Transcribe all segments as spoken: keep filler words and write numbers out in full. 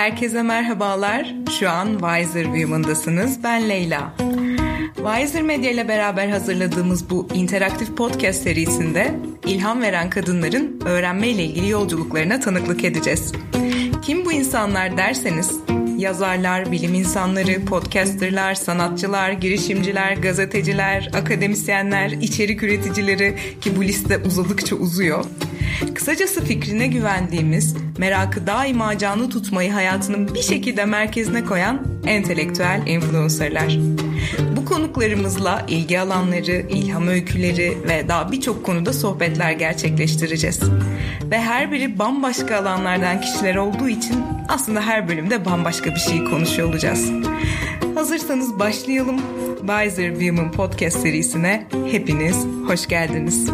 Herkese merhabalar. Şu an Wiser Women'dasınız. Ben Leyla. Wiser Medya ile beraber hazırladığımız bu interaktif podcast serisinde ilham veren kadınların öğrenme ile ilgili yolculuklarına tanıklık edeceğiz. Kim bu insanlar derseniz, yazarlar, bilim insanları, podcasterlar, sanatçılar, girişimciler, gazeteciler, akademisyenler, içerik üreticileri ki bu liste uzadıkça uzuyor. Kısacası fikrine güvendiğimiz, merakı daima canlı tutmayı hayatının bir şekilde merkezine koyan entelektüel influencerlar. Bu konuklarımızla ilgi alanları, ilham öyküleri ve daha birçok konuda sohbetler gerçekleştireceğiz. Ve her biri bambaşka alanlardan kişiler olduğu için aslında her bölümde bambaşka bir şey konuşuyor olacağız. Hazırsanız başlayalım. Wiser Women Podcast serisine hepiniz hoş geldiniz.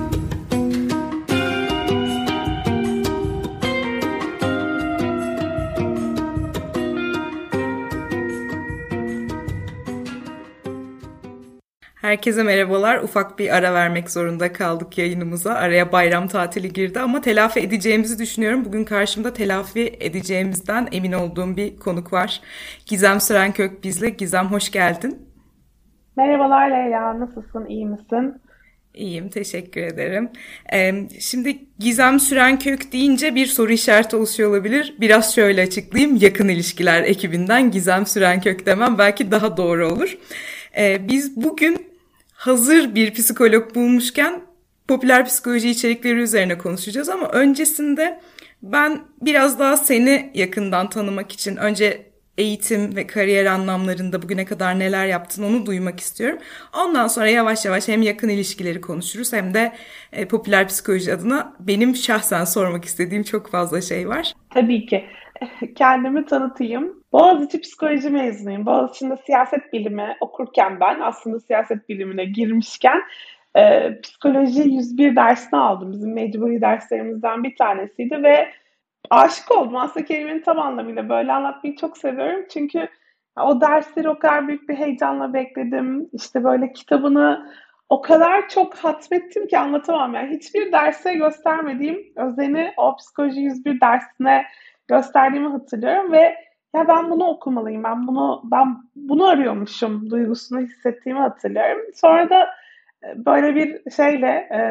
Herkese merhabalar. Ufak bir ara vermek zorunda kaldık yayınımıza. Araya bayram tatili girdi ama telafi edeceğimizi düşünüyorum. Bugün karşımda telafi edeceğimizden emin olduğum bir konuk var. Gizem Sürenkök bizle. Gizem hoş geldin. Merhabalar Leyla. Nasılsın? İyi misin? İyiyim. Teşekkür ederim. Ee, şimdi Gizem Sürenkök deyince bir soru işareti oluşuyor olabilir. Biraz şöyle açıklayayım. Yakın ilişkiler ekibinden Gizem Sürenkök demem belki daha doğru olur. Ee, biz bugün hazır bir psikolog bulmuşken popüler psikoloji içerikleri üzerine konuşacağız ama öncesinde ben biraz daha seni yakından tanımak için önce eğitim ve kariyer anlamlarında bugüne kadar neler yaptın onu duymak istiyorum. Ondan sonra yavaş yavaş hem yakın ilişkileri konuşuruz hem de e, popüler psikoloji adına benim şahsen sormak istediğim çok fazla şey var. Tabii ki. Kendimi tanıtayım. Boğaziçi Psikoloji mezunuyum. Boğaziçi'nde siyaset bilimi okurken ben aslında siyaset bilimine girmişken e, psikoloji yüz bir dersini aldım. Bizim mecburi derslerimizden bir tanesiydi ve aşık oldum. Aslında kelimenin tam anlamıyla böyle anlatmayı çok seviyorum. Çünkü o dersleri o kadar büyük bir heyecanla bekledim. İşte böyle kitabını o kadar çok hatmettim ki anlatamam. Yani hiçbir derse göstermediğim özeni o psikoloji yüz bir dersine gösterdiğimi hatırlıyorum ve ya ben bunu okumalıyım, ben bunu ben bunu arıyormuşum duygusunu hissettiğimi hatırlıyorum. Sonra da böyle bir şeyle e,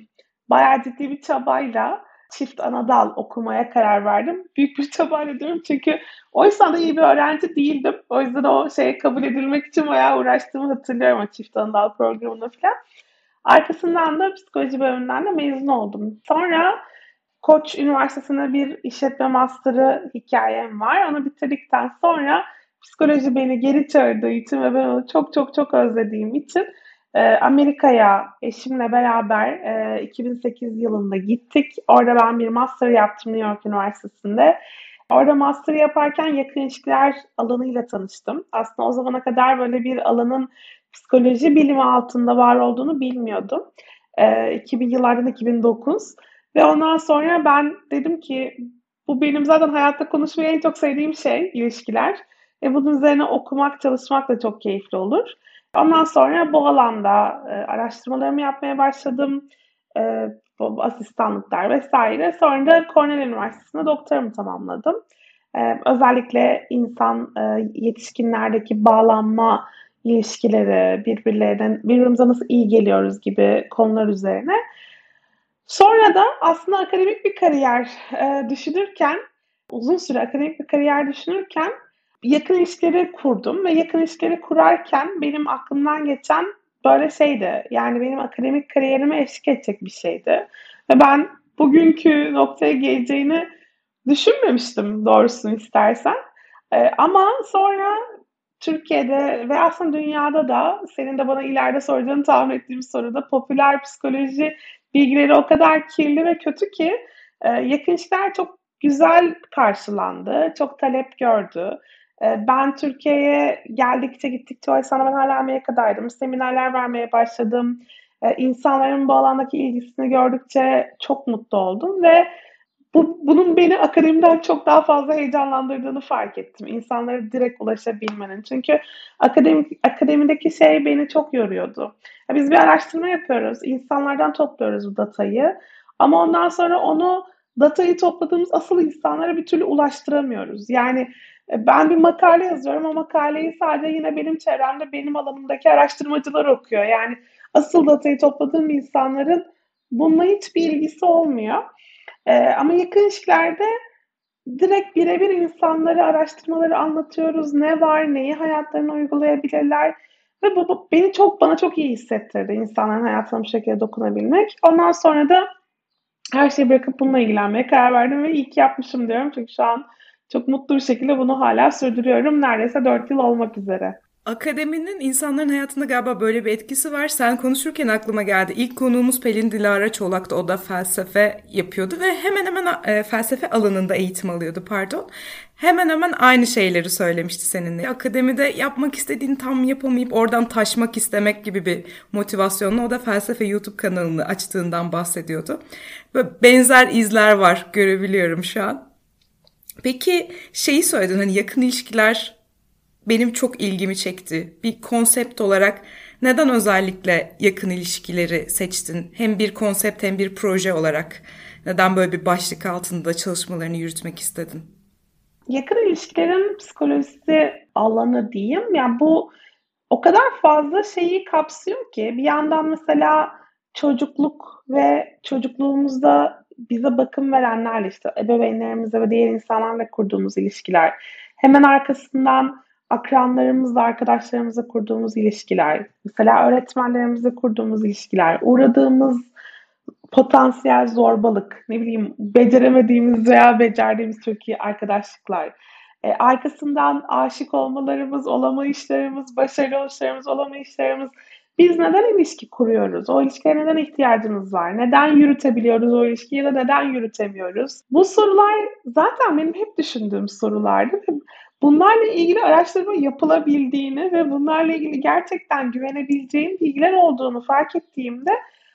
bayağı ciddi bir çabayla çift anadal okumaya karar verdim. Büyük bir çabayla diyorum çünkü oysa da iyi bir öğrenci değildim. O yüzden o şeye kabul edilmek için bayağı uğraştığımı hatırlıyorum o çift anadal programında falan. Arkasından da psikoloji bölümünden de mezun oldum. Sonra Koç Üniversitesi'nde bir işletme master'ı hikayem var. Onu bitirdikten sonra psikoloji beni geri çağırdığı için ve ben onu çok çok çok özlediğim için e, Amerika'ya eşimle beraber e, iki bin sekiz yılında gittik. Orada ben bir master yaptım New York Üniversitesi'nde. Orada master yaparken yakın ilişkiler alanıyla tanıştım. Aslında o zamana kadar böyle bir alanın psikoloji bilimi altında var olduğunu bilmiyordum. E, iki bin yıllardan iki bin dokuz. Ve ondan sonra ben dedim ki bu benim zaten hayatta konuşmayı en çok sevdiğim şey ilişkiler. E bunun üzerine okumak, çalışmak da çok keyifli olur. Ondan sonra bu alanda e, araştırmalarımı yapmaya başladım. E, asistanlıklar vesaire. Sonra da Cornell Üniversitesi'nde doktoramı tamamladım. E, özellikle insan e, yetişkinlerdeki bağlanma ilişkileri, birbirlerine, birbirimize nasıl iyi geliyoruz gibi konular üzerine. Sonra da aslında akademik bir kariyer e, düşünürken, uzun süre akademik bir kariyer düşünürken yakın ilişkileri kurdum ve yakın ilişkileri kurarken benim aklımdan geçen böyle şeydi. Yani benim akademik kariyerime eşlik edecek bir şeydi. Ve ben bugünkü noktaya geleceğini düşünmemiştim doğrusunu istersen. E, ama sonra Türkiye'de ve aslında dünyada da senin de bana ileride soracağını tahmin ettiğim soruda popüler psikoloji bilgileri o kadar kirli ve kötü ki e, yakın ilişkiler çok güzel karşılandı, çok talep gördü. E, ben Türkiye'ye geldikçe gittikçe o esnada ben hala Amerika'daydım. Seminerler vermeye başladım. E, insanların bu alandaki ilgisini gördükçe çok mutlu oldum ve bu, bunun beni akademiden çok daha fazla heyecanlandırdığını fark ettim. İnsanlara direkt ulaşabilmenin. Çünkü akademik, akademideki şey beni çok yoruyordu. Biz bir araştırma yapıyoruz, insanlardan topluyoruz bu datayı. Ama ondan sonra onu datayı topladığımız asıl insanlara bir türlü ulaştıramıyoruz. Yani e, ben bir makale yazıyorum, o makaleyi sadece yine benim çevremde, benim alanımdaki araştırmacılar okuyor. Yani asıl datayı topladığım insanların bununla hiçbir ilgisi olmuyor. Ee, ama yakın ilişkilerde direkt birebir insanları, araştırmaları anlatıyoruz. Ne var, neyi hayatlarına uygulayabilirler. Ve bu, bu beni çok, bana çok iyi hissettirdi insanların hayatına bu şekilde dokunabilmek. Ondan sonra da her şeyi bırakıp bununla ilgilenmeye karar verdim ve iyi ki yapmışım diyorum. Çünkü şu an çok mutlu bir şekilde bunu hala sürdürüyorum. Neredeyse dört yıl olmak üzere. Akademinin insanların hayatında galiba böyle bir etkisi var. Sen konuşurken aklıma geldi. İlk konuğumuz Pelin Dilara Çolak'tı. O da felsefe yapıyordu ve hemen hemen e, felsefe alanında eğitim alıyordu, pardon. Hemen hemen aynı şeyleri söylemişti seninle. Akademide yapmak istediğini tam yapamayıp oradan taşmak istemek gibi bir motivasyonla o da felsefe YouTube kanalını açtığından bahsediyordu. Böyle benzer izler var, görebiliyorum şu an. Peki şeyi söyledin, hani yakın ilişkiler benim çok ilgimi çekti. Bir konsept olarak neden özellikle yakın ilişkileri seçtin? Hem bir konsept hem bir proje olarak neden böyle bir başlık altında çalışmalarını yürütmek istedin? Yakın ilişkilerin psikolojisi alanı diyeyim. Yani bu o kadar fazla şeyi kapsıyor ki bir yandan mesela çocukluk ve çocukluğumuzda bize bakım verenlerle, işte ebeveynlerimizle ve diğer insanlarla kurduğumuz ilişkiler. Hemen arkasından akranlarımızla, arkadaşlarımızla kurduğumuz ilişkiler. Mesela öğretmenlerimizle kurduğumuz ilişkiler. Uğradığımız potansiyel zorbalık, ne bileyim beceremediğimiz veya becerdiğimiz çok iyi arkadaşlıklar. E, arkasından aşık olmalarımız, olamayışlarımız, başarılı oluşlarımız, olamayışlarımız. Biz neden ilişki kuruyoruz? O ilişkiye neden ihtiyacımız var? Neden yürütebiliyoruz o ilişkiyi ya da neden yürütemiyoruz? Bu sorular zaten benim hep düşündüğüm sorulardı. Bunlarla ilgili araştırma yapılabildiğini ve bunlarla ilgili gerçekten güvenebileceğim bilgiler olduğunu fark ettiğimde,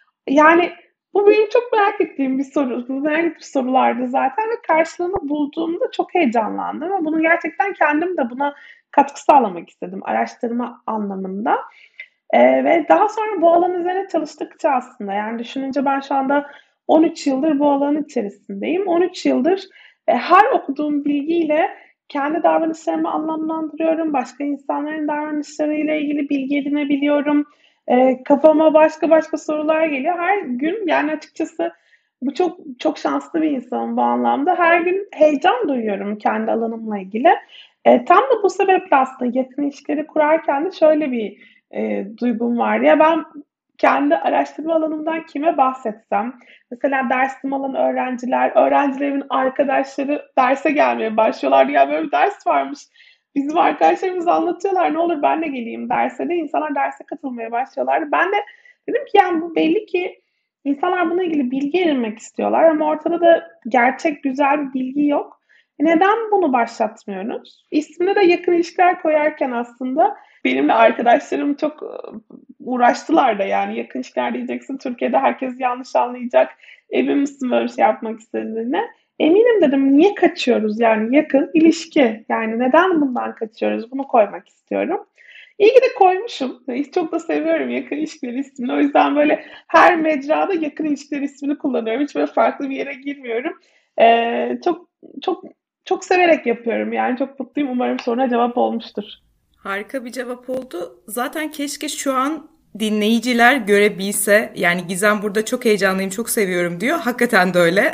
yani bu benim çok merak ettiğim bir soru. Bu merak ettiğim sorulardı zaten ve karşılığını bulduğumda çok heyecanlandım ve bunu gerçekten kendim de buna katkı sağlamak istedim araştırma anlamında. Ee, ve daha sonra bu alan üzerine çalıştıkça aslında, yani düşününce ben şu anda on üç yıldır bu alanın içerisindeyim. on üç yıldır e, her okuduğum bilgiyle kendi davranışlarımı anlamlandırıyorum. Başka insanların davranışlarıyla ilgili bilgi edinebiliyorum. E, kafama başka başka sorular geliyor. Her gün, yani açıkçası bu çok çok şanslı bir insanım bu anlamda. Her gün heyecan duyuyorum kendi alanımla ilgili. E, tam da bu sebeple aslında yakın ilişkileri kurarken de şöyle bir e, duygum var. Ya ben kendi araştırma alanımdan kime bahsetsem, mesela dersim olan öğrenciler, öğrencilerimin arkadaşları derse gelmeye başlıyorlar. Ya böyle bir ders varmış. Bizim arkadaşlarımız anlatıyorlar. Ne olur ben de geleyim derse de insanlar derse katılmaya başlıyorlar. Ben de dedim ki yani bu belli ki insanlar bununla ilgili bilgi edinmek istiyorlar ama ortada da gerçek güzel bir bilgi yok. E neden bunu başlatmıyoruz? İsmine de yakın ilişkiler koyarken aslında benimle arkadaşlarım çok uğraştılar da, yani yakın ilişkiler diyeceksin. Türkiye'de herkes yanlış anlayacak. Emin misin böyle bir şey yapmak istediğine? Eminim dedim. Niye kaçıyoruz? Yani yakın ilişki. Yani neden bundan kaçıyoruz? Bunu koymak istiyorum. İyi ki de koymuşum. Çok da seviyorum yakın ilişkiler ismini. O yüzden böyle her mecrada yakın ilişkiler ismini kullanıyorum. Hiç böyle farklı bir yere girmiyorum. Ee, çok çok çok severek yapıyorum. Yani çok mutluyum. Umarım soruna cevap olmuştur. Harika bir cevap oldu. Zaten keşke şu an dinleyiciler görebilse. Yani Gizem burada çok heyecanlıyım, çok seviyorum diyor. Hakikaten de öyle.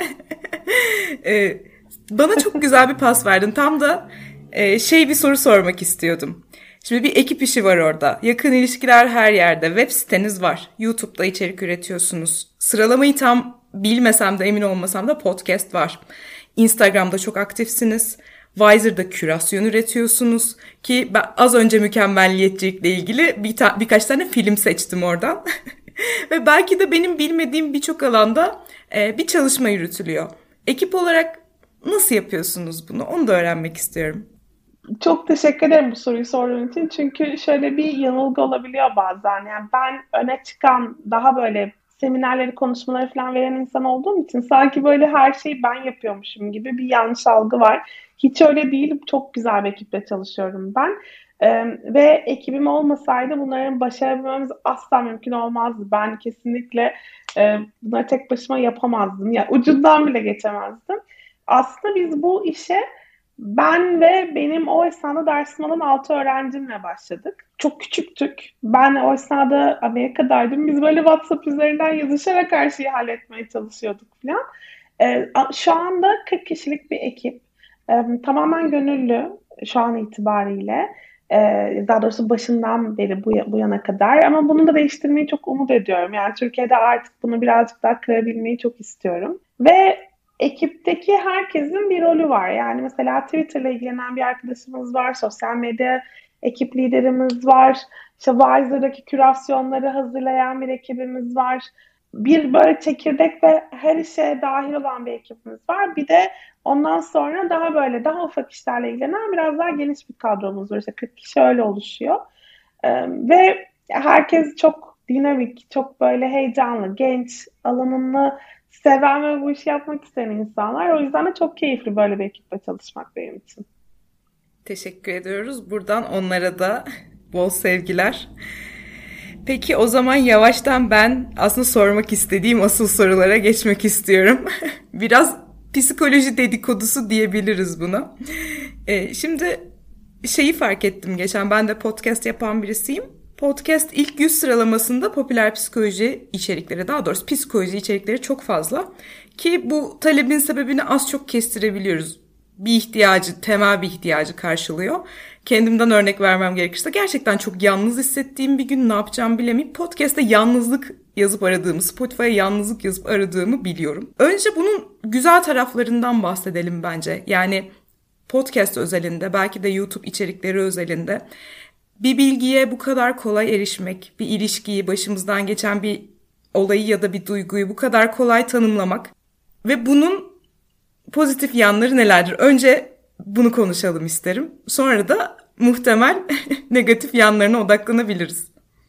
Ee, bana çok güzel bir pas verdin. Tam da e, şey bir soru sormak istiyordum. Şimdi bir ekip işi var orada. Yakın ilişkiler her yerde. Web siteniz var. YouTube'da içerik üretiyorsunuz. Sıralamayı tam bilmesem de emin olmasam da podcast var. Instagram'da çok aktifsiniz. Wiser'da kürasyon üretiyorsunuz ki ben az önce mükemmelliyetçilikle ilgili bir ta- birkaç tane film seçtim oradan. Ve belki de benim bilmediğim birçok alanda e, bir çalışma yürütülüyor. Ekip olarak nasıl yapıyorsunuz bunu? Onu da öğrenmek istiyorum. Çok teşekkür ederim bu soruyu sorduğun için. Çünkü şöyle bir yanılgı olabiliyor bazen. Yani ben öne çıkan, daha böyle seminerleri, konuşmaları falan veren insan olduğum için sanki böyle her şeyi ben yapıyormuşum gibi bir yanlış algı var. Hiç öyle değil. Çok güzel bir ekiple çalışıyorum ben. Ee, ve ekibim olmasaydı bunların başarabilmemiz asla mümkün olmazdı. Ben kesinlikle e, bunları tek başıma yapamazdım. Yani ucundan bile geçemezdim. Aslında biz bu işe ben ve benim o esnada dersim alan altı öğrencimle başladık. Çok küçüktük. Ben o esnada Amerika'daydım. Biz böyle WhatsApp üzerinden yazışarak her şeyi halletmeye çalışıyorduk falan. Ee, şu anda kırk kişilik bir ekip. Ee, tamamen gönüllü şu an itibariyle. Ee, daha doğrusu başından beri bu, bu yana kadar. Ama bunu da değiştirmeyi çok umut ediyorum. Yani Türkiye'de artık bunu birazcık daha kırabilmeyi çok istiyorum. Ve ekipteki herkesin bir rolü var. Yani mesela Twitter'la ilgilenen bir arkadaşımız var. Sosyal medya ekip liderimiz var. İşte Wiser'daki kürasyonları hazırlayan bir ekibimiz var. Bir böyle çekirdek ve her işe dahil olan bir ekibimiz var. Bir de ondan sonra daha böyle daha ufak işlerle ilgilenen biraz daha geniş bir kadromuz var. İşte kırk kişi öyle oluşuyor. Ee, ve herkes çok dinamik, çok böyle heyecanlı, genç, alanını seven ve bu işi yapmak isteyen insanlar. O yüzden de çok keyifli böyle bir ekiple çalışmak benim için. Teşekkür ediyoruz. Buradan onlara da bol sevgiler. Peki o zaman yavaştan ben aslında sormak istediğim asıl sorulara geçmek istiyorum. Biraz psikoloji dedikodusu diyebiliriz buna. Ee, şimdi şeyi fark ettim geçen. Ben de podcast yapan birisiyim. Podcast ilk yüz sıralamasında popüler psikoloji içerikleri, daha doğrusu psikoloji içerikleri çok fazla. Ki bu talebin sebebini az çok kestirebiliyoruz. Bir ihtiyacı, temel bir ihtiyacı karşılıyor. Kendimden örnek vermem gerekirse gerçekten çok yalnız hissettiğim bir gün ne yapacağımı bilemeyip podcast'te yalnızlık yazıp aradığımı, Spotify'a yalnızlık yazıp aradığımı biliyorum. Önce bunun güzel taraflarından bahsedelim bence. Yani podcast özelinde, belki de YouTube içerikleri özelinde bir bilgiye bu kadar kolay erişmek, bir ilişkiyi, başımızdan geçen bir olayı ya da bir duyguyu bu kadar kolay tanımlamak ve bunun pozitif yanları nelerdir? Önce bunu konuşalım isterim. Sonra da muhtemel negatif yanlarına odaklanabiliriz.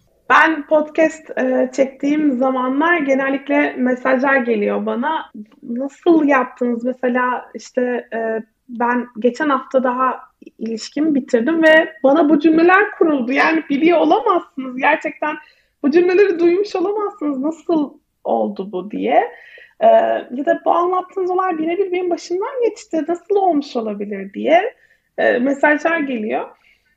Ben podcast e, çektiğim zamanlar genellikle mesajlar geliyor bana. Nasıl yaptınız? Mesela işte e, ben geçen hafta daha ilişkimi bitirdim ve bana bu cümleler kuruldu. Yani biliyor olamazsınız. Gerçekten bu cümleleri duymuş olamazsınız. Nasıl oldu bu diye. Ee, ya da bu anlattığınız olay birebir benim başımdan geçti. Nasıl olmuş olabilir diye e, mesajlar geliyor.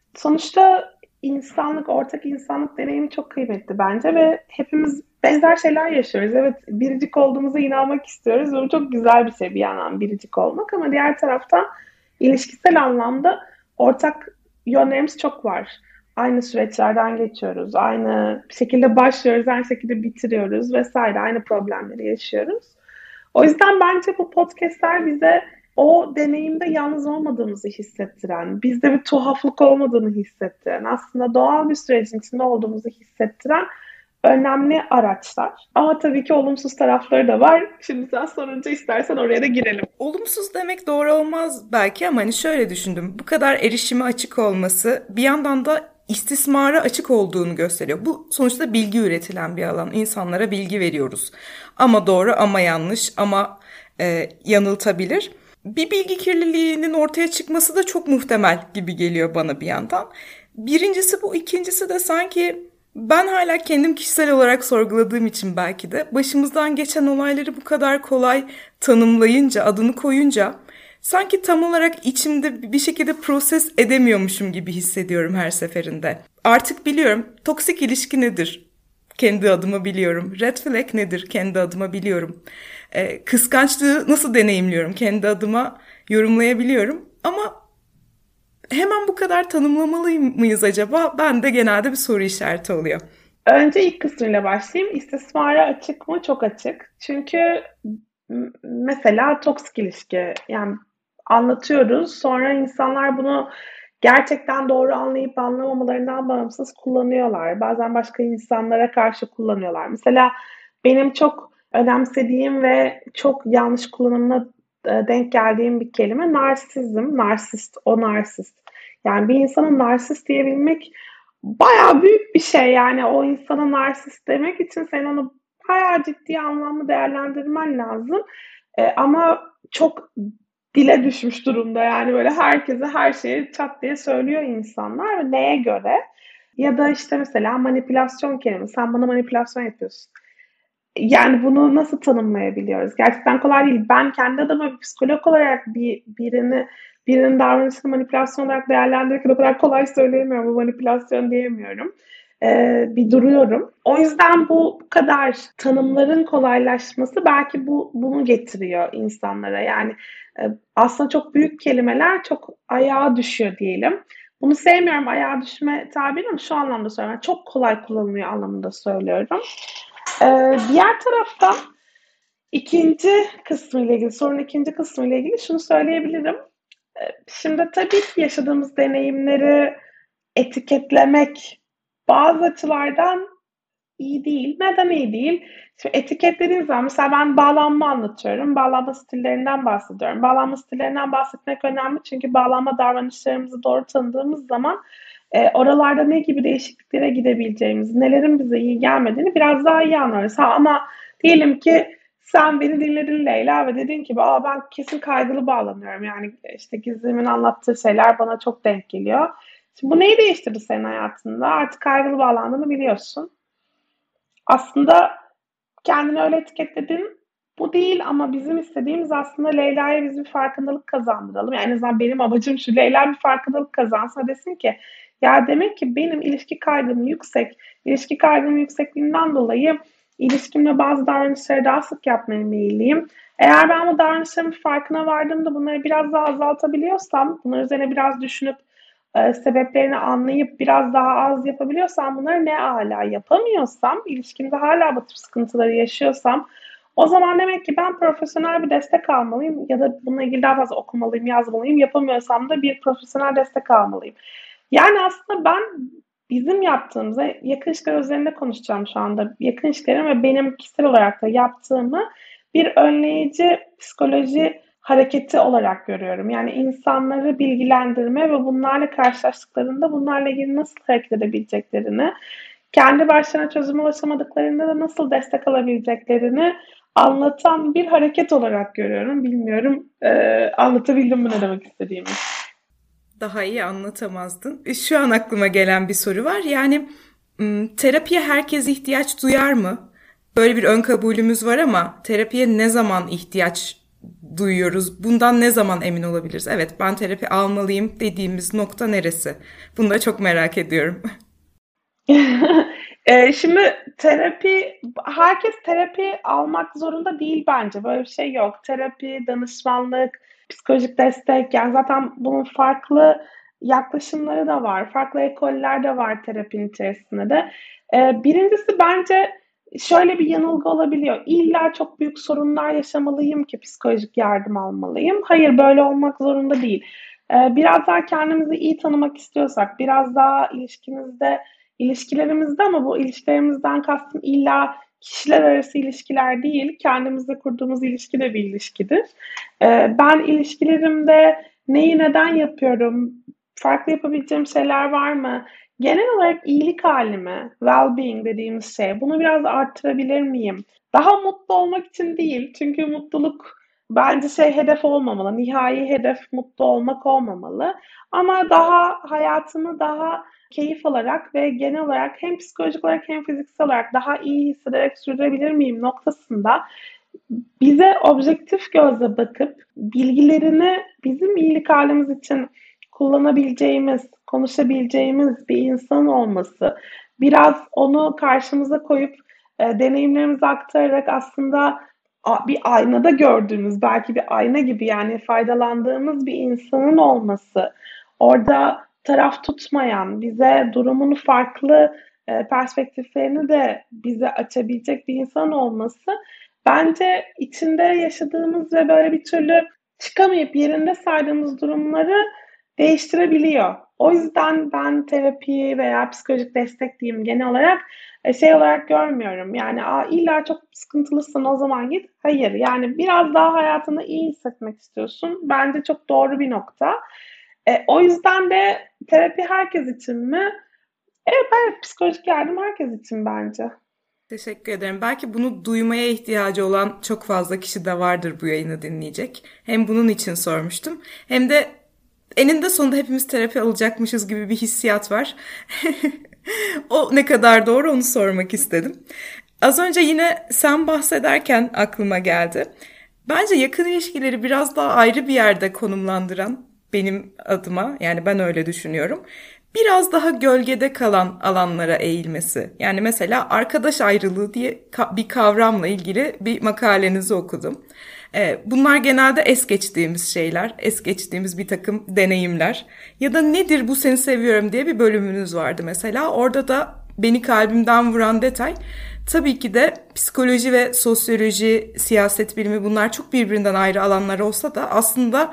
Sonuçta insanlık, ortak insanlık deneyimi çok kıymetli bence ve hepimiz benzer şeyler yaşıyoruz. Evet, biricik olduğumuza inanmak istiyoruz ve bu çok güzel bir şey bir yandan biricik olmak, ama diğer taraftan ilişkisel anlamda ortak yönlerimiz çok var. Aynı süreçlerden geçiyoruz, aynı şekilde başlıyoruz, aynı şekilde bitiriyoruz vesaire, aynı problemleri yaşıyoruz. O yüzden bence bu podcastler bize o deneyimde yalnız olmadığımızı hissettiren, bizde bir tuhaflık olmadığını hissettiren, aslında doğal bir sürecin içinde olduğumuzu hissettiren önemli araçlar. Ama tabii ki olumsuz tarafları da var. Şimdi sen sorunca istersen oraya da girelim. Olumsuz demek doğru olmaz belki ama hani şöyle düşündüm. Bu kadar erişime açık olması bir yandan da istismara açık olduğunu gösteriyor. Bu sonuçta bilgi üretilen bir alan. İnsanlara bilgi veriyoruz. Ama doğru ama yanlış ama e, yanıltabilir. Bir bilgi kirliliğinin ortaya çıkması da çok muhtemel gibi geliyor bana bir yandan. Birincisi bu, ikincisi de sanki ben hala kendim kişisel olarak sorguladığım için belki de başımızdan geçen olayları bu kadar kolay tanımlayınca, adını koyunca sanki tam olarak içimde bir şekilde proses edemiyormuşum gibi hissediyorum her seferinde. Artık biliyorum toksik ilişki nedir? Kendi adıma biliyorum. Red flag nedir? Kendi adıma biliyorum. Ee, kıskançlığı nasıl deneyimliyorum? Kendi adıma yorumlayabiliyorum. Ama hemen bu kadar tanımlamalı mıyız acaba? Ben de genelde bir soru işareti oluyor. Önce ilk kısmıyla başlayayım. İstismara açık mı? Çok açık. Çünkü m- mesela toksik ilişki. Yani anlatıyoruz. Sonra insanlar bunu gerçekten doğru anlayıp anlamamalarından bağımsız kullanıyorlar. Bazen başka insanlara karşı kullanıyorlar. Mesela benim çok önemsediğim ve çok yanlış kullanımına e, denk geldiğim bir kelime narsizm. Narsist, o narsist. Yani bir insana narsist diyebilmek bayağı büyük bir şey. Yani o insana narsist demek için sen onu bayağı ciddi anlamda değerlendirmen lazım. E, ama çok dile düşmüş durumda. Yani böyle herkese her şeyi çat diye söylüyor insanlar ve neye göre? Ya da işte mesela manipülasyon kelimesi. Sen bana manipülasyon yapıyorsun. Yani bunu nasıl tanımlayabiliyoruz? Gerçekten kolay değil. Ben kendi adıma bir psikolog olarak bir birini birinin davranışını manipülasyon olarak değerlendirirken o kadar kolay söyleyemiyorum. Bu manipülasyon diyemiyorum. Ee, bir duruyorum. O yüzden bu, bu kadar tanımların kolaylaşması belki bu bunu getiriyor insanlara. Yani e, aslında çok büyük kelimeler çok ayağa düşüyor diyelim. Bunu sevmiyorum, ayağa düşme tabiri ama şu anlamda söylüyorum. Yani çok kolay kullanılıyor anlamında söylüyorum. Ee, diğer taraftan ikinci kısmı ile ilgili, sorunun ikinci kısmı ile ilgili şunu söyleyebilirim. Ee, Şimdi tabii ki yaşadığımız deneyimleri etiketlemek bazı açılardan iyi değil. Neden iyi değil? Şimdi etiketlediğim zaman mesela ben bağlanma anlatıyorum. Bağlanma stillerinden bahsediyorum. Bağlanma stillerinden bahsetmek önemli çünkü bağlanma davranışlarımızı doğru tanıdığımız zaman e, oralarda ne gibi değişikliklere gidebileceğimizi, nelerin bize iyi gelmediğini biraz daha iyi anlarız. Ha, ama diyelim ki sen beni dinledin Leyla ve dedin ki Aa, ben kesin kaygılı bağlanıyorum. Yani işte Gizem'in anlattığı şeyler bana çok denk geliyor. Şimdi bu neyi değiştirdi senin hayatında? Artık kaygılı bağlandığını biliyorsun. Aslında kendini öyle etiketledin. Bu değil ama bizim istediğimiz aslında Leyla'ya biz bir farkındalık kazandıralım. Yani en azından benim amacım şu. Leyla bir farkındalık kazansın. Desin ki ya demek ki benim ilişki kaygım yüksek. İlişki kaygım yüksekliğinden dolayı ilişkimde bazı davranışları daha sık yapmaya meyilliyim. Eğer ben bu davranışlarımın farkına vardığımda bunları biraz daha azaltabiliyorsam, bunlar üzerine biraz düşünüp e, sebeplerini anlayıp biraz daha az yapabiliyorsam bunları ne ala yapamıyorsam, ilişkimde hala bu tür sıkıntıları yaşıyorsam o zaman demek ki ben profesyonel bir destek almalıyım ya da bununla ilgili daha fazla okumalıyım, yazmalıyım. Yapamıyorsam da bir profesyonel destek almalıyım. Yani aslında ben bizim yaptığımıza yakın ilişkiler üzerinde konuşacağım şu anda. Yakın ilişkilerim ve benim kişisel olarak da yaptığımı bir önleyici psikoloji hareketi olarak görüyorum. Yani insanları bilgilendirme ve bunlarla karşılaştıklarında bunlarla ilgili nasıl hareket edebileceklerini, kendi başlarına çözüm ulaşamadıklarında da nasıl destek alabileceklerini anlatan bir hareket olarak görüyorum. Bilmiyorum e, anlatabildim mi ne demek istediğimi? Daha iyi anlatamazdın. E, Şu an aklıma gelen bir soru var. Yani m, terapiye herkes ihtiyaç duyar mı? Böyle bir ön kabulümüz var ama terapiye ne zaman ihtiyaç duyuyoruz? Bundan ne zaman emin olabiliriz? Evet, ben terapi almalıyım dediğimiz nokta neresi? Bunu da çok merak ediyorum. Eee, şimdi terapi, herkes terapi almak zorunda değil bence. Böyle bir şey yok. Terapi, danışmanlık, psikolojik destek yani zaten bunun farklı yaklaşımları da var. Farklı ekoller de var terapinin içerisinde de. Eee, birincisi bence şöyle bir yanılgı olabiliyor. İlla çok büyük sorunlar yaşamalıyım ki psikolojik yardım almalıyım. Hayır, böyle olmak zorunda değil. Eee, biraz daha kendimizi iyi tanımak istiyorsak, biraz daha ilişkimizde İlişkilerimizde ama bu ilişkilerimizden kastım illa kişiler arası ilişkiler değil, kendimizle kurduğumuz ilişki de bir ilişkidir. Ee, ben ilişkilerimde neyi neden yapıyorum, farklı yapabileceğim şeyler var mı? Genel olarak iyilik halimi, well-being dediğimiz şey, bunu biraz arttırabilir miyim? Daha mutlu olmak için değil, çünkü mutluluk bence şey hedef olmamalı, nihai hedef mutlu olmak olmamalı. Ama daha hayatımı daha keyif alarak ve genel olarak hem psikolojik olarak hem fiziksel olarak daha iyi hissederek sürdürebilir miyim noktasında bize objektif gözle bakıp bilgilerini bizim iyilik halimiz için kullanabileceğimiz, konuşabileceğimiz bir insan olması, biraz onu karşımıza koyup e, deneyimlerimizi aktararak aslında a- bir aynada gördüğümüz, belki bir ayna gibi yani faydalandığımız bir insanın olması, orada taraf tutmayan, bize durumun farklı e, perspektiflerini de bize açabilecek bir insan olması bence içinde yaşadığımız ve böyle bir türlü çıkamayıp yerinde saydığımız durumları değiştirebiliyor. O yüzden ben terapi veya psikolojik destek diyeyim genel olarak e, şey olarak görmüyorum. Yani Aa, illa çok sıkıntılısın o zaman git. Hayır yani biraz daha hayatını iyi hissetmek istiyorsun. Bence çok doğru bir nokta. E, o yüzden de terapi herkes için mi? Evet, evet, psikolojik yardım herkes için bence. Teşekkür ederim. Belki bunu duymaya ihtiyacı olan çok fazla kişi de vardır bu yayını dinleyecek. Hem bunun için sormuştum, hem de eninde sonunda hepimiz terapi alacakmışız gibi bir hissiyat var. O ne kadar doğru, onu sormak istedim. Az önce yine sen bahsederken aklıma geldi. Bence yakın ilişkileri biraz daha ayrı bir yerde konumlandıran, benim adıma, yani ben öyle düşünüyorum, biraz daha gölgede kalan alanlara eğilmesi. Yani mesela arkadaş ayrılığı diye bir kavramla ilgili bir makalenizi okudum. Bunlar genelde es geçtiğimiz şeyler, es geçtiğimiz bir takım deneyimler. Ya da nedir bu seni seviyorum diye bir bölümünüz vardı mesela. Orada da beni kalbimden vuran detay, tabii ki de psikoloji ve sosyoloji, siyaset bilimi, bunlar çok birbirinden ayrı alanlar olsa da aslında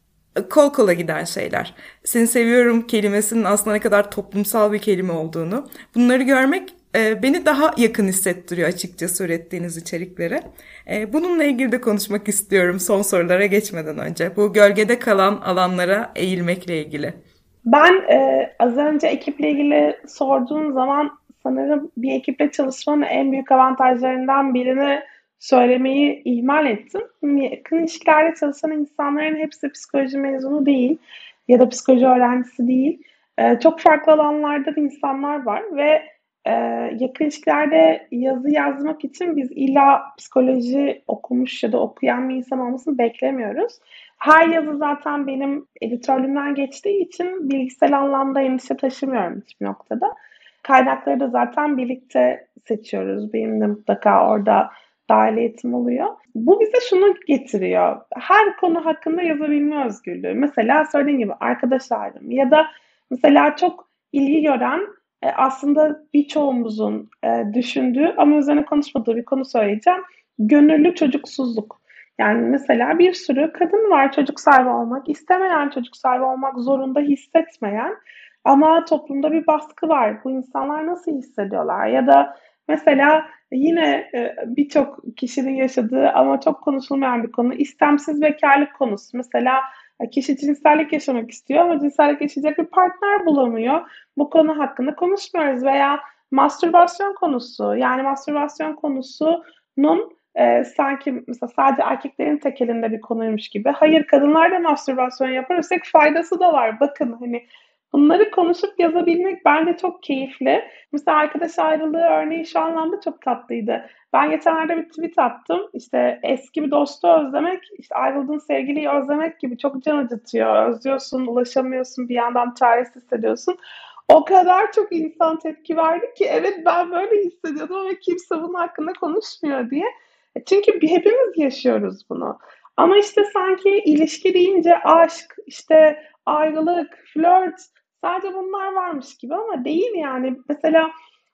kol kola giden şeyler. Seni seviyorum kelimesinin aslında ne kadar toplumsal bir kelime olduğunu, bunları görmek e, beni daha yakın hissettiriyor açıkçası ürettiğiniz içeriklere. E, bununla ilgili de konuşmak istiyorum son sorulara geçmeden önce. Bu gölgede kalan alanlara eğilmekle ilgili. Ben e, az önce ekiple ilgili sorduğun zaman sanırım bir ekiple çalışmanın en büyük avantajlarından birini söylemeyi ihmal ettim. Yakın ilişkilerde çalışan insanların hepsi psikoloji mezunu değil ya da psikoloji öğrencisi değil. E, çok farklı alanlarda da insanlar var ve e, yakın ilişkilerde yazı yazmak için biz illa psikoloji okumuş ya da okuyan bir insan olmasını beklemiyoruz. Her yazı zaten benim editörlüğümden geçtiği için bilgisayar anlamda endişe taşımıyorum hiçbir noktada. Kaynakları da zaten birlikte seçiyoruz. Benim de mutlaka orada dahiliyetim oluyor. Bu bize şunu getiriyor. Her konu hakkında yazabilme özgürlüğü. Mesela söylediğim gibi arkadaş ayrımı ya da mesela çok ilgi gören, e, aslında birçoğumuzun e, düşündüğü ama üzerine konuşmadığı bir konu söyleyeceğim. Gönüllü çocuksuzluk. Yani mesela bir sürü kadın var çocuk sahibi olmak istemeyen, çocuk sahibi olmak zorunda hissetmeyen, ama toplumda bir baskı var. Bu insanlar nasıl hissediyorlar? Ya da mesela yine e, birçok kişinin yaşadığı ama çok konuşulmayan bir konu, istemsiz bekarlık konusu. Mesela e, kişi cinsellik yaşamak istiyor ama cinsellik yaşayacak bir partner bulamıyor. Bu konu hakkında konuşmuyoruz. Veya mastürbasyon konusu. Yani mastürbasyon konusunun e, sanki mesela sadece erkeklerin tek elinde bir konuymuş gibi. Hayır, kadınlar da mastürbasyon yapar. Üstelik faydası da var. Bakın, hani bunları konuşup yazabilmek bence çok keyifli. Mesela arkadaş ayrılığı örneği şu anlamda çok tatlıydı. Ben geçenlerde bir tweet attım. İşte eski bir dostu özlemek, işte ayrıldığın sevgiliyi özlemek gibi çok can acıtıyor. Özlüyorsun, ulaşamıyorsun, bir yandan çaresiz hissediyorsun. O kadar çok insan tepki verdi ki evet, ben böyle hissediyordum ama kimse bunun hakkında konuşmuyor diye. Çünkü hepimiz yaşıyoruz bunu. Ama işte sanki ilişki deyince aşk, işte ayrılık, flört, sadece bunlar varmış gibi, ama değil yani. Mesela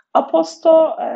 Aposto e,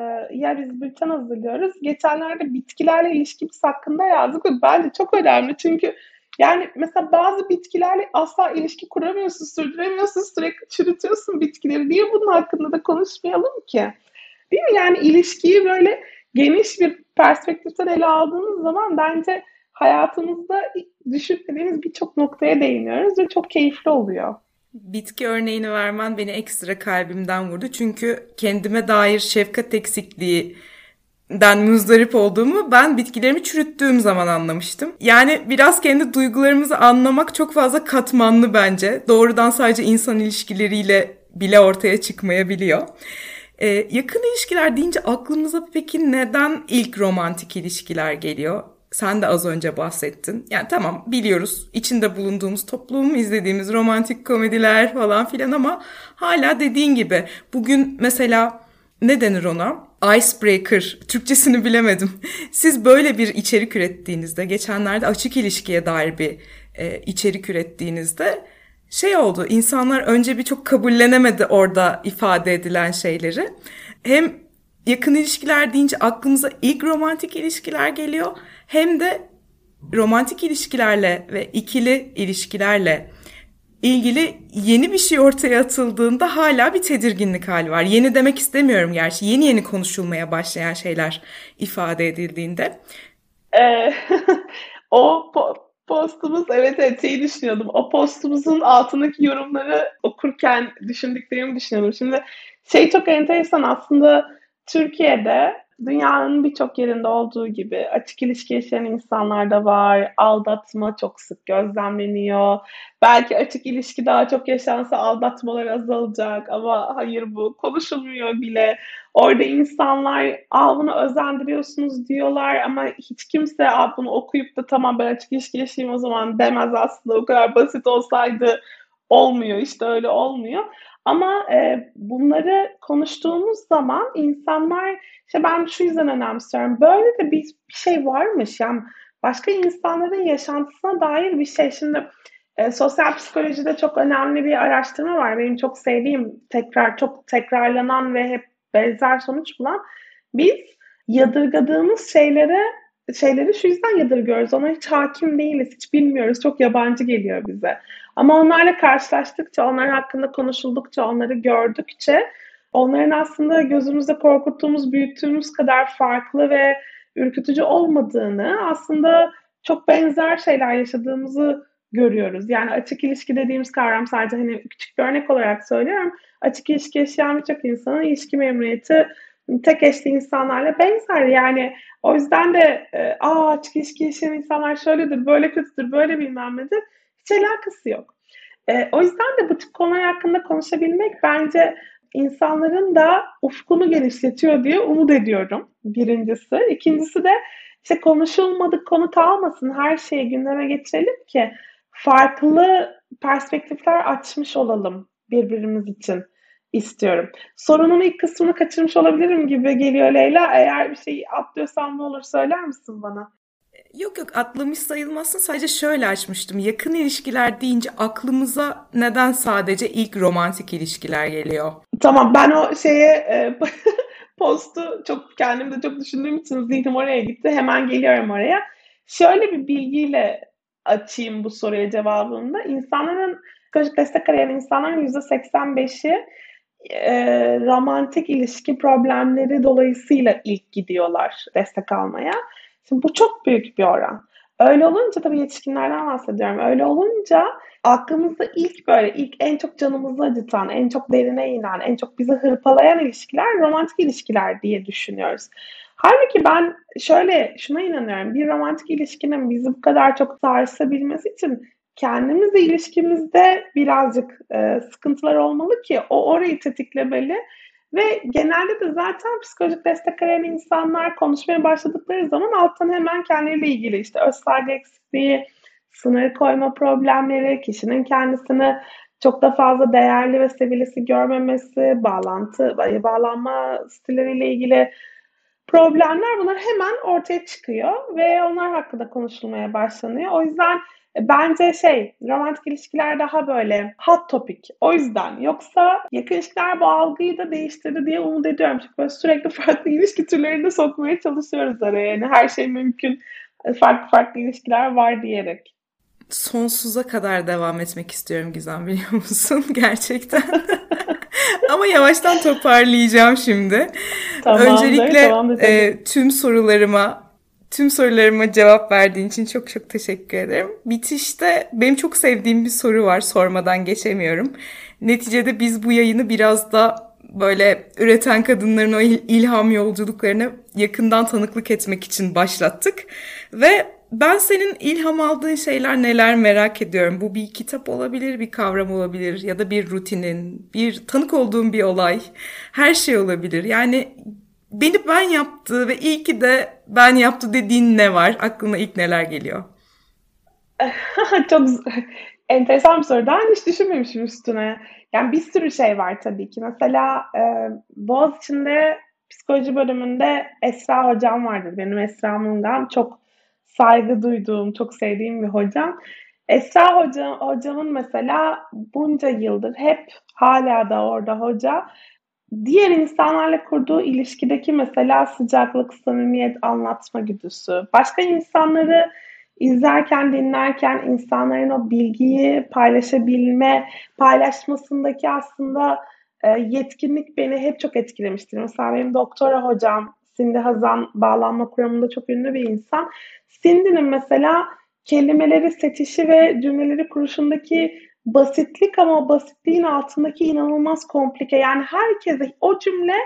ya biz bülten hazırlıyoruz. Geçenlerde bitkilerle ilişkimiz hakkında yazdık ve bence çok önemli. Çünkü yani mesela bazı bitkilerle asla ilişki kuramıyorsun, sürdüremiyorsun, sürekli çürütüyorsun bitkileri. Niye bunun hakkında da konuşmayalım ki? Değil mi? Yani ilişkiyi böyle geniş bir perspektiften ele aldığımız zaman bence hayatımızda düşünmediğimiz birçok noktaya değiniyoruz ve çok keyifli oluyor. Bitki örneğini vermen beni ekstra kalbimden vurdu. Çünkü kendime dair şefkat eksikliğinden muzdarip olduğumu ben bitkilerimi çürüttüğüm zaman anlamıştım. Yani biraz kendi duygularımızı anlamak çok fazla katmanlı bence. Doğrudan sadece insan ilişkileriyle bile ortaya çıkmayabiliyor. Ee, yakın ilişkiler deyince aklımıza peki neden ilk romantik ilişkiler geliyor? Sen de az önce bahsettin. Yani tamam, biliyoruz içinde bulunduğumuz toplum, izlediğimiz romantik komediler falan filan, ama hala dediğin gibi bugün mesela ne denir ona? Icebreaker, Türkçesini bilemedim. Siz böyle bir içerik ürettiğinizde, geçenlerde açık ilişkiye dair bir e, içerik ürettiğinizde şey oldu, insanlar önce bir çok kabullenemedi orada ifade edilen şeyleri. Hem yakın ilişkiler deyince aklımıza ilk romantik ilişkiler geliyor, hem de romantik ilişkilerle ve ikili ilişkilerle ilgili yeni bir şey ortaya atıldığında hala bir tedirginlik hali var. Yeni demek istemiyorum gerçi. Yeni yeni konuşulmaya başlayan şeyler ifade edildiğinde. Ee, o po- postumuz, evet evet şeyi düşünüyordum. O postumuzun altındaki yorumları okurken düşündüklerimi düşünüyordum. Şimdi şey çok enteresan aslında, Türkiye'de dünyanın birçok yerinde olduğu gibi açık ilişki yaşayan insanlar da var. Aldatma çok sık gözlemleniyor. Belki açık ilişki daha çok yaşansa aldatmalar azalacak ama hayır, bu konuşulmuyor bile. Orada insanlar aa bunu özendiriyorsunuz diyorlar ama hiç kimse aa bunu okuyup da tamam ben açık ilişki yaşayayım o zaman demez aslında. O kadar basit olsaydı olmuyor, işte öyle olmuyor. Ama e, bunları konuştuğumuz zaman insanlar işte ben şu yüzden önemsiyorum. Böyle de bir, bir şey varmış. Yani başka insanların yaşantısına dair bir şey. Şimdi e, sosyal psikolojide çok önemli bir araştırma var. Benim çok sevdiğim, tekrar çok tekrarlanan ve hep benzer sonuç bulan. Biz yadırgadığımız şeylere şeyleri şu yüzden yadırgıyoruz. Ona hiç hakim değiliz, hiç bilmiyoruz. Çok yabancı geliyor bize. Ama onlarla karşılaştıkça, onlar hakkında konuşuldukça, onları gördükçe onların aslında gözümüzde korkuttuğumuz, büyüttüğümüz kadar farklı ve ürkütücü olmadığını, aslında çok benzer şeyler yaşadığımızı görüyoruz. Yani açık ilişki dediğimiz kavram, sadece hani küçük bir örnek olarak söylüyorum. Açık ilişki yaşayan birçok insanın ilişki memnuniyeti tek eşli insanlarla benzer. Yani o yüzden de e, aa açık ilişki yaşayan insanlar şöyledir, böyle kötüdür, böyle bilmem nedir. Hiç alakası yok. E, o yüzden de bu tip konular hakkında konuşabilmek bence insanların da ufkunu genişletiyor diye umut ediyorum, birincisi. İkincisi de işte konuşulmadık konu kalmasın, her şeyi gündeme getirelim ki farklı perspektifler açmış olalım birbirimiz için istiyorum. Sorunun ilk kısmını kaçırmış olabilirim gibi geliyor Leyla. Eğer bir şey atlıyorsam ne olur söyler misin bana? Yok yok, atlamış sayılmazsın. Sadece şöyle açmıştım. Yakın ilişkiler deyince aklımıza neden sadece ilk romantik ilişkiler geliyor? Tamam, ben o şeye e, postu çok kendimde çok düşündüğüm için zihnim oraya gitti. Hemen geliyorum oraya. Şöyle bir bilgiyle açayım bu soruya cevabını da. İnsanların, psikolojik destek arayan insanların yüzde seksen beşi e, romantik ilişki problemleri dolayısıyla ilk gidiyorlar destek almaya. Şimdi bu çok büyük bir oran. Öyle olunca, tabii yetişkinlerden bahsediyorum. Öyle olunca aklımızda ilk böyle ilk en çok canımızı acıtan, en çok derine inen, en çok bizi hırpalayan ilişkiler romantik ilişkiler diye düşünüyoruz. Halbuki ben şöyle şuna inanıyorum. Bir romantik ilişkinin bizi bu kadar çok sarsabilmesi için kendimizle ilişkimizde birazcık e, sıkıntılar olmalı ki o orayı tetiklemeli. Ve genelde de zaten psikolojik destek arayan insanlar konuşmaya başladıkları zaman alttan hemen kendileriyle ilgili işte özsaygı eksikliği, sınır koyma problemleri, kişinin kendisini çok da fazla değerli ve sevilesi görmemesi, bağlantı, bağlanma stilleriyle ilgili problemler, bunlar hemen ortaya çıkıyor ve onlar hakkında konuşulmaya başlanıyor. O yüzden e, bence şey, romantik ilişkiler daha böyle hot topic. O yüzden. Yoksa yakın ilişkiler bu algıyı da değiştirdi diye umut ediyorum. Çünkü böyle sürekli farklı ilişki türlerini de sokmaya çalışıyoruz araya. Yani her şey mümkün. Farklı farklı ilişkiler var diyerek. Sonsuza kadar devam etmek istiyorum Gizem, biliyor musun? Gerçekten. Ama yavaştan toparlayacağım şimdi. Tamamdır, Öncelikle tamamdır. e, tüm sorularıma tüm sorularıma cevap verdiğin için çok çok teşekkür ederim. Bitişte benim çok sevdiğim bir soru var, sormadan geçemiyorum. Neticede biz bu yayını biraz da böyle üreten kadınların o il- ilham yolculuklarına yakından tanıklık etmek için başlattık. Ve ben senin ilham aldığın şeyler neler merak ediyorum. Bu bir kitap olabilir, bir kavram olabilir ya da bir rutinin, bir tanık olduğum bir olay. Her şey olabilir. Yani beni ben yaptı ve iyi ki de ben yaptı dediğin ne var? Aklına ilk neler geliyor? Çok enteresan bir soru. Daha önce hiç düşünmemişim üstüne. Yani bir sürü şey var tabii ki. Mesela e, Boğaziçi'nde psikoloji bölümünde Esra hocam vardır. Benim Esra Mungan çok saygı duyduğum, çok sevdiğim bir hocam. Esra hoca, hocamın mesela bunca yıldır hep hala da orada hoca. Diğer insanlarla kurduğu ilişkideki mesela sıcaklık, samimiyet, anlatma güdüsü, başka insanları izlerken, dinlerken insanların o bilgiyi paylaşabilme, paylaşmasındaki aslında e, yetkinlik beni hep çok etkilemiştir. Mesela benim doktora hocam Cindy Hazan, bağlanma kuramında çok ünlü bir insan. Cindy'nin mesela kelimeleri seçişi ve cümleleri kuruşundaki basitlik, ama o basitliğin altındaki inanılmaz komplike. Yani herkese o cümle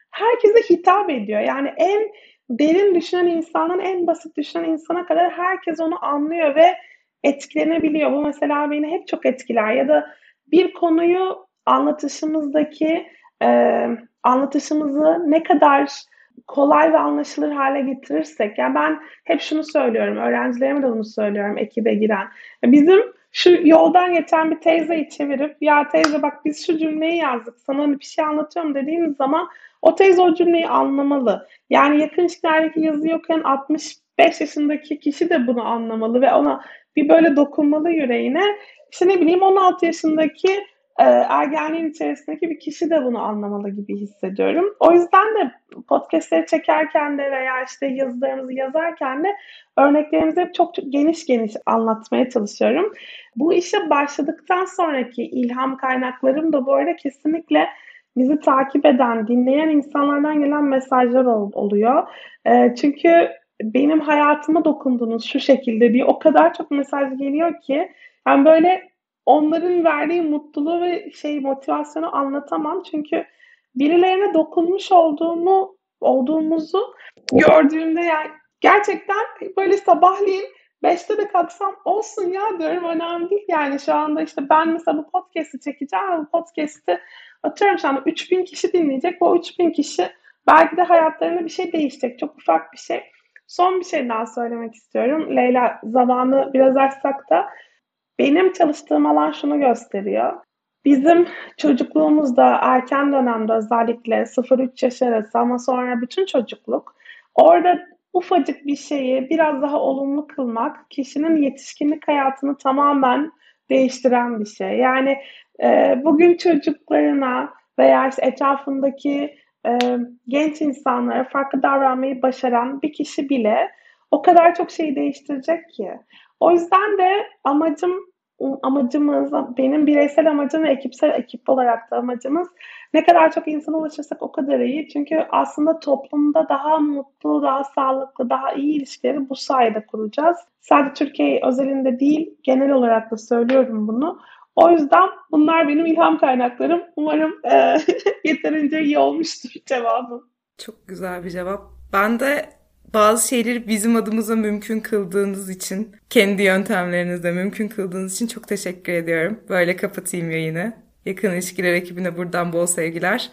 herkese hitap ediyor. Yani en derin düşünen insandan en basit düşünen insana kadar herkes onu anlıyor ve etkilenebiliyor. Bu mesela beni hep çok etkiler. Ya da bir konuyu anlatışımızdaki e, anlatışımızı ne kadar kolay ve anlaşılır hale getirirsek, yani ben hep şunu söylüyorum, öğrencilerime de bunu söylüyorum, ekibe giren. Bizim şu yoldan geçen bir teyzeyi çevirip, ya teyze bak biz şu cümleyi yazdık, sana bir şey anlatıyorum dediğimiz zaman o teyze o cümleyi anlamalı. Yani yakın ilişkilerdeki yazıyı okuyan altmış beş yaşındaki kişi de bunu anlamalı ve ona bir böyle dokunmalı yüreğine. İşte ne bileyim on altı yaşındaki e, ergenliğin içerisindeki bir kişi de bunu anlamalı gibi hissediyorum. O yüzden de podcastleri çekerken de veya işte yazılarımızı yazarken de örneklerimizi hep çok, çok geniş geniş anlatmaya çalışıyorum. Bu işe başladıktan sonraki ilham kaynaklarım da bu arada kesinlikle bizi takip eden, dinleyen insanlardan gelen mesajlar ol- oluyor. E, çünkü benim hayatıma dokundunuz şu şekilde diye o kadar çok mesaj geliyor ki ben böyle onların verdiği mutluluğu ve şey motivasyonu anlatamam. Çünkü birilerine dokunmuş olduğumu olduğumuzu gördüğümde yani gerçekten böyle sabahleyin beşte de kalksam olsun ya diyorum, önemli değil. Yani şu anda işte ben mesela bu podcast'i çekeceğim ve bu podcast'i atıyorum şu anda üç bin kişi dinleyecek. Bu üç bin kişi belki de hayatlarında bir şey değişecek. Çok ufak bir şey. Son bir şey daha söylemek istiyorum. Leyla, zamanı biraz açsak da benim çalıştığım alan şunu gösteriyor. Bizim çocukluğumuzda erken dönemde özellikle sıfır üç yaş arası ama sonra bütün çocukluk orada ufacık bir şeyi biraz daha olumlu kılmak kişinin yetişkinlik hayatını tamamen değiştiren bir şey. Yani e, bugün çocuklarına veya işte etrafındaki e, genç insanlara farklı davranmayı başaran bir kişi bile o kadar çok şeyi değiştirecek ki. O yüzden de amacım amacımız, benim bireysel amacım ve ekipsel ekip olarak da amacımız ne kadar çok insana ulaşırsak o kadar iyi. Çünkü aslında toplumda daha mutlu, daha sağlıklı, daha iyi ilişkileri bu sayede kuracağız. Sadece Türkiye özelinde değil, genel olarak da söylüyorum bunu. O yüzden bunlar benim ilham kaynaklarım. Umarım e, yeterince iyi olmuştur cevabım. Çok güzel bir cevap. Ben de bazı şeyleri bizim adımıza mümkün kıldığınız için, kendi yöntemlerinizle mümkün kıldığınız için çok teşekkür ediyorum. Böyle kapatayım yayını. Yakın İlişkiler ekibine buradan bol sevgiler.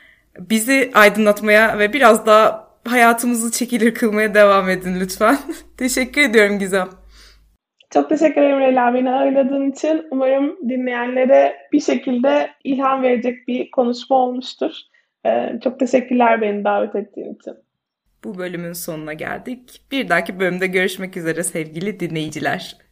Bizi aydınlatmaya ve biraz daha hayatımızı çekilir kılmaya devam edin lütfen. Teşekkür ediyorum Gizem. Çok teşekkür ederim Leyla, beni ağırladığın için. Umarım dinleyenlere bir şekilde ilham verecek bir konuşma olmuştur. Ee, çok teşekkürler beni davet ettiğin için. Bu bölümün sonuna geldik. Bir dahaki bölümde görüşmek üzere sevgili dinleyiciler.